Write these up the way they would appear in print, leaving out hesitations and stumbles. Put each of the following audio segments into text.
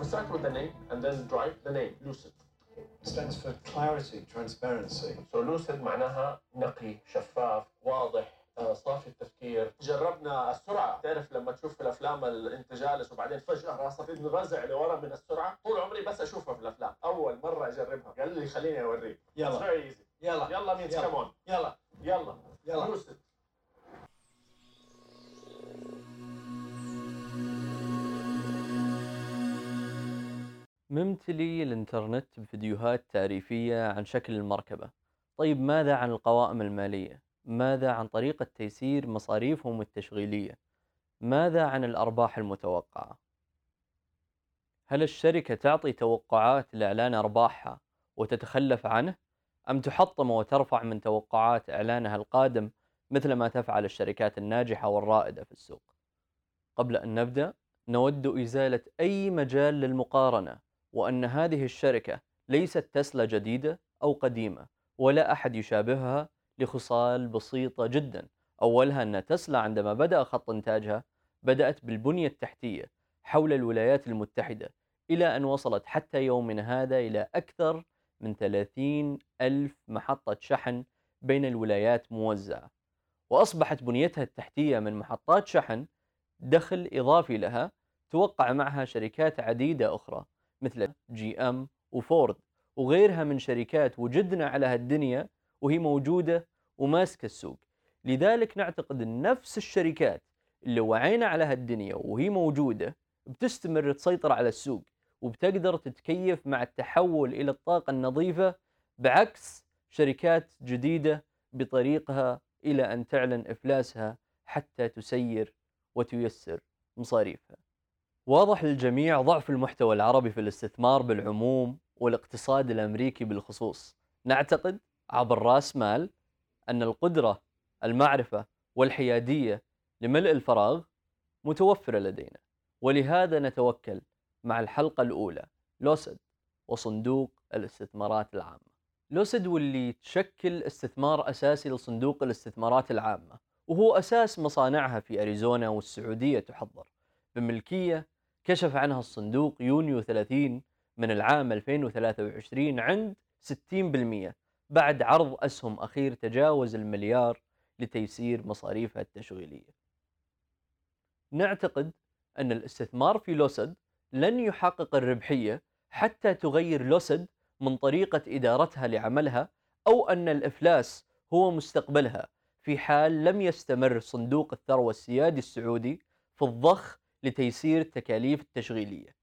We start with the name and then drive the name Lucid. Stands for clarity, transparency. So Lucid معناها نقي، شفاف، واضح، صافي التفكير. جربنا السرعة، تعرف لما تشوف في الأفلام أنت جالس وبعدين فجأة راسك ينغزع لورا من السرعة. طول عمري بس أشوفها في الأفلام، أول مرة أجربها قال لي خليني أوريك. يلا. It's very easy. يلا means come on. يلا. Lucid. ممتلي الإنترنت بفيديوهات تعريفية عن شكل المركبة. طيب ماذا عن القوائم المالية؟ ماذا عن طريقة تيسير مصاريفهم التشغيلية؟ ماذا عن الأرباح المتوقعة؟ هل الشركة تعطي توقعات لإعلان أرباحها وتتخلف عنه؟ أم تحطم وترفع من توقعات إعلانها القادم مثل ما تفعل الشركات الناجحة والرائدة في السوق؟ قبل أن نبدأ، نود إزالة أي مجال للمقارنة، وأن هذه الشركة ليست تسلا جديدة أو قديمة، ولا أحد يشابهها لخصال بسيطة جدا. أولها أن تسلا عندما بدأ خط إنتاجها بدأت بالبنية التحتية حول الولايات المتحدة، إلى أن وصلت حتى يومنا هذا إلى أكثر من 30,000 محطة شحن بين الولايات موزعة، وأصبحت بنيتها التحتية من محطات شحن دخل إضافي لها توقع معها شركات عديدة أخرى مثل جي أم وفورد وغيرها من شركات وجدنا على هالدنيا وهي موجودة وماسكة السوق. لذلك نعتقد أن نفس الشركات اللي وعينا على هالدنيا وهي موجودة بتستمر تسيطر على السوق وبتقدر تتكيف مع التحول إلى الطاقة النظيفة، بعكس شركات جديدة بطريقها إلى أن تعلن إفلاسها حتى تسير وتيسر مصاريفها. واضح للجميع ضعف المحتوى العربي في الاستثمار بالعموم والاقتصاد الأمريكي بالخصوص. نعتقد عبر رأس مال أن القدرة، المعرفة والحيادية لملء الفراغ متوفرة لدينا، ولهذا نتوكل مع الحلقة الأولى لوسيد وصندوق الاستثمارات العامة. لوسيد واللي تشكل استثمار أساسي لصندوق الاستثمارات العامة، وهو أساس مصانعها في أريزونا والسعودية تحضر بملكية كشف عنها الصندوق يونيو 30 من العام 2023 عند 60%، بعد عرض أسهم أخير تجاوز المليار لتيسير مصاريفها التشغيلية. نعتقد أن الاستثمار في لوسيد لن يحقق الربحية حتى تغير لوسيد من طريقة إدارتها لعملها، أو أن الإفلاس هو مستقبلها في حال لم يستمر صندوق الثروة السيادي السعودي في الضخ لتيسير التكاليف التشغيلية.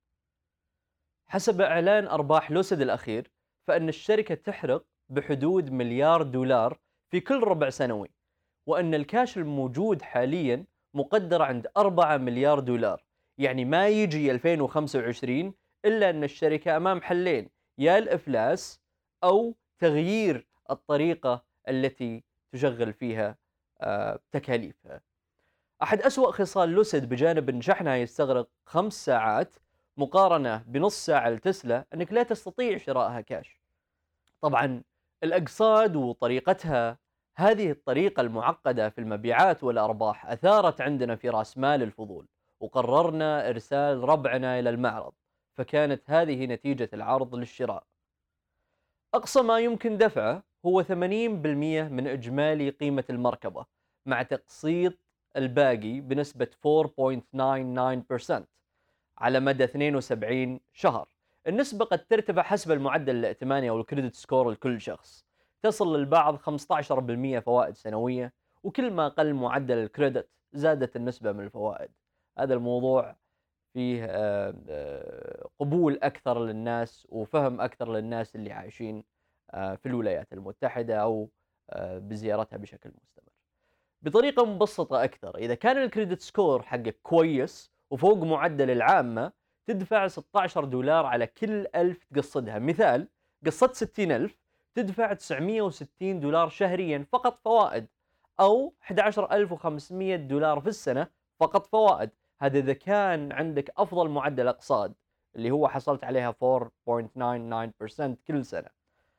حسب إعلان أرباح لوسيد الأخير، فإن الشركة تحرق بحدود مليار دولار في كل ربع سنوي، وأن الكاش الموجود حاليا مقدر عند 4 مليار دولار. يعني ما يجي 2025 إلا أن الشركة أمام حلين: يا الإفلاس أو تغيير الطريقة التي تشغل فيها تكاليفها. أحد أسوأ خصال لوسيد بجانب أن شحنها يستغرق 5 ساعات مقارنة بنص ساعة لتسلا، أنك لا تستطيع شرائها كاش. طبعا الأقساط وطريقتها، هذه الطريقة المعقدة في المبيعات والأرباح أثارت عندنا في رأس مال الفضول، وقررنا إرسال ربعنا إلى المعرض، فكانت هذه نتيجة العرض للشراء. أقصى ما يمكن دفعه هو 80% من إجمالي قيمة المركبة، مع تقسيط الباقي بنسبة 4.99% على مدى 72 شهر. النسبة قد ترتفع حسب المعدل الائتماني أو الكريدت سكور لكل شخص، تصل للبعض 15% فوائد سنوية، وكل ما قل معدل الكريدت زادت النسبة من الفوائد. هذا الموضوع فيه قبول أكثر للناس وفهم أكثر للناس اللي عايشين في الولايات المتحدة أو بزيارتها بشكل مستمر. بطريقة مبسطة أكثر، إذا كان الكريدت سكور حقك كويس وفوق معدل العامة، تدفع 16 دولار على كل 1000 تقصدها. مثال، قصت 60,000 تدفع 960 دولار شهريا فقط فوائد، أو 11,500 دولار في السنة فقط فوائد. هذا إذا كان عندك أفضل معدل أقساط اللي هو حصلت عليها 4.99% كل سنة.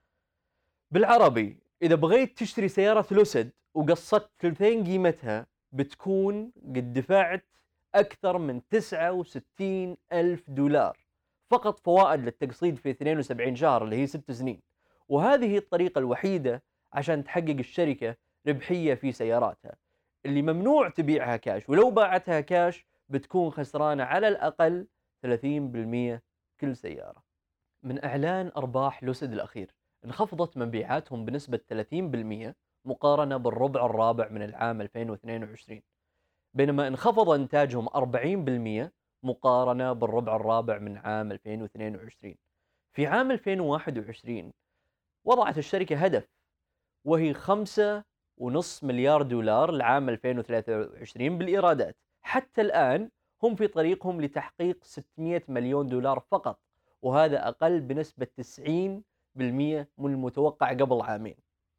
بالعربي، إذا بغيت تشتري سيارة لوسيد وقصت ثلثين قيمتها، بتكون قد دفعت أكثر من 69,000 دولار فقط فوائد للتقسيط في 72 شهر اللي هي 6 سنين. وهذه الطريقة الوحيدة عشان تحقق الشركة ربحية في سياراتها اللي ممنوع تبيعها كاش، ولو باعتها كاش بتكون خسرانة على الأقل 30% كل سيارة. من إعلان أرباح لوسيد الأخير انخفضت مبيعاتهم بنسبة 30% مقارنة بالربع الرابع من العام 2022، بينما انخفض إنتاجهم 40% مقارنة بالربع الرابع من عام 2022. في عام 2021 وضعت الشركة هدف وهي 5.5 مليار دولار لعام 2023 بالإيرادات. حتى الآن هم في طريقهم لتحقيق 600 مليون دولار فقط، وهذا أقل بنسبة 90% من المتوقع قبل عامين.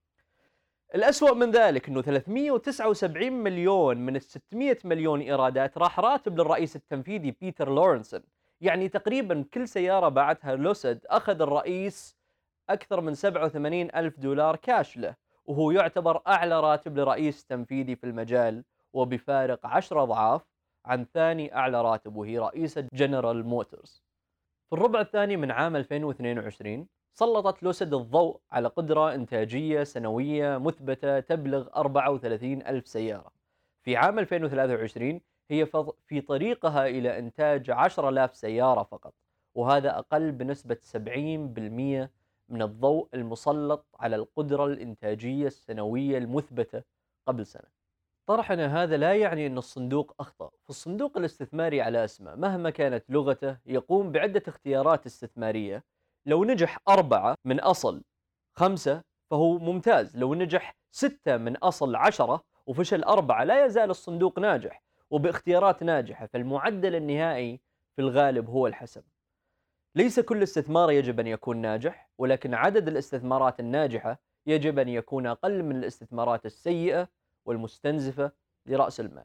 الأسوأ من ذلك أنه 379 مليون من ال 600 مليون إيرادات راح راتب للرئيس التنفيذي بيتر لورنسون. يعني تقريبا كل سيارة باعتها لوسيد أخذ الرئيس أكثر من 87 ألف دولار كاش له، وهو يعتبر أعلى راتب لرئيس تنفيذي في المجال، وبفارق 10 أضعاف عن ثاني أعلى راتب وهي رئيسة جنرال موتورز. في الربع الثاني من عام 2022 سلطت لوسيد الضوء على قدرة إنتاجية سنوية مثبتة تبلغ 34 ألف سيارة. في عام 2023 هي في طريقها إلى إنتاج 10,000 سيارة فقط، وهذا أقل بنسبة 70% من الضوء المسلط على القدرة الإنتاجية السنوية المثبتة قبل سنة. طرحنا هذا لا يعني أن الصندوق أخطأ، فالصندوق الاستثماري على اسمه مهما كانت لغته يقوم بعدة اختيارات استثمارية. لو نجح 4 من أصل 5 فهو ممتاز، لو نجح 6 من أصل 10 وفشل 4 لا يزال الصندوق ناجح وباختيارات ناجحة، فالمعدل النهائي في الغالب هو الحسم. ليس كل استثمار يجب أن يكون ناجح، ولكن عدد الاستثمارات الناجحة يجب أن يكون أقل من الاستثمارات السيئة والمستنزفة لرأس المال.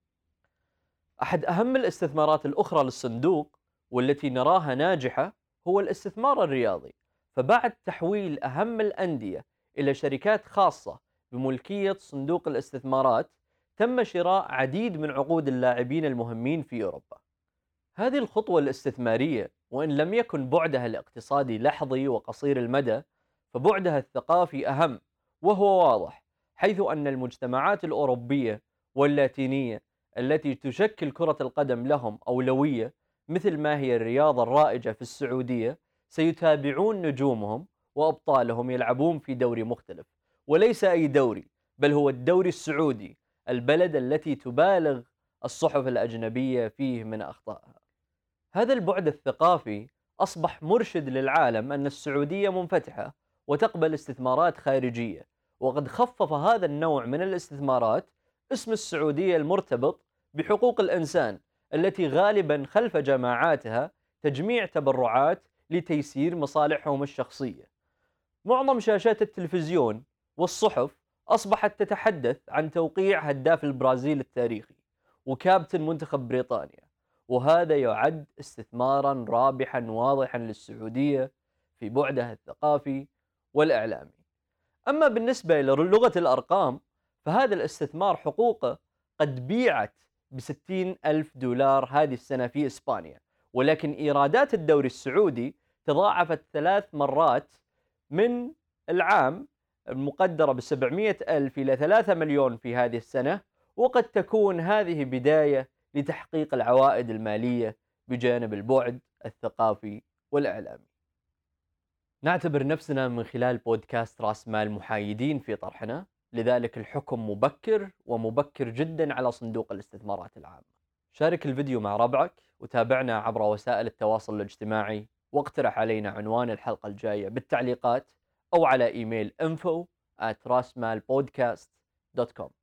أحد أهم الاستثمارات الأخرى للصندوق والتي نراها ناجحة هو الاستثمار الرياضي. فبعد تحويل أهم الأندية إلى شركات خاصة بملكية صندوق الاستثمارات، تم شراء عديد من عقود اللاعبين المهمين في أوروبا. هذه الخطوة الاستثمارية وإن لم يكن بعدها الاقتصادي لحظي وقصير المدى، فبعدها الثقافي أهم، وهو واضح، حيث أن المجتمعات الأوروبية واللاتينية التي تشكل كرة القدم لهم أولوية، مثل ما هي الرياضة الرائجة في السعودية، سيتابعون نجومهم وأبطالهم يلعبون في دوري مختلف، وليس أي دوري، بل هو الدوري السعودي، البلد التي تبالغ الصحف الأجنبية فيه من أخطائها. هذا البعد الثقافي أصبح مرشد للعالم أن السعودية منفتحة وتقبل استثمارات خارجية، وقد خفف هذا النوع من الاستثمارات اسم السعودية المرتبط بحقوق الإنسان التي غالبا خلف جماعاتها تجميع تبرعات لتيسير مصالحهم الشخصية. معظم شاشات التلفزيون والصحف أصبحت تتحدث عن توقيع هداف البرازيل التاريخي وكابتن منتخب بريطانيا، وهذا يعد استثمارا رابحا واضحا للسعودية في بعدها الثقافي والإعلامي. أما بالنسبة للغة الأرقام فهذا الاستثمار حقوقه قد بيعت ب60 ألف دولار هذه السنة في إسبانيا، ولكن إيرادات الدوري السعودي تضاعفت 3 مرات من العام، المقدرة ب700 ألف إلى 3 مليون في هذه السنة، وقد تكون هذه بداية لتحقيق العوائد المالية بجانب البعد الثقافي والإعلامي. نعتبر نفسنا من خلال بودكاست رأس مال محايدين في طرحنا، لذلك الحكم مبكر ومبكر جدا على صندوق الاستثمارات العامة. شارك الفيديو مع ربعك وتابعنا عبر وسائل التواصل الاجتماعي، واقترح علينا عنوان الحلقة الجاية بالتعليقات أو على إيميل info@rasmalpodcast.com.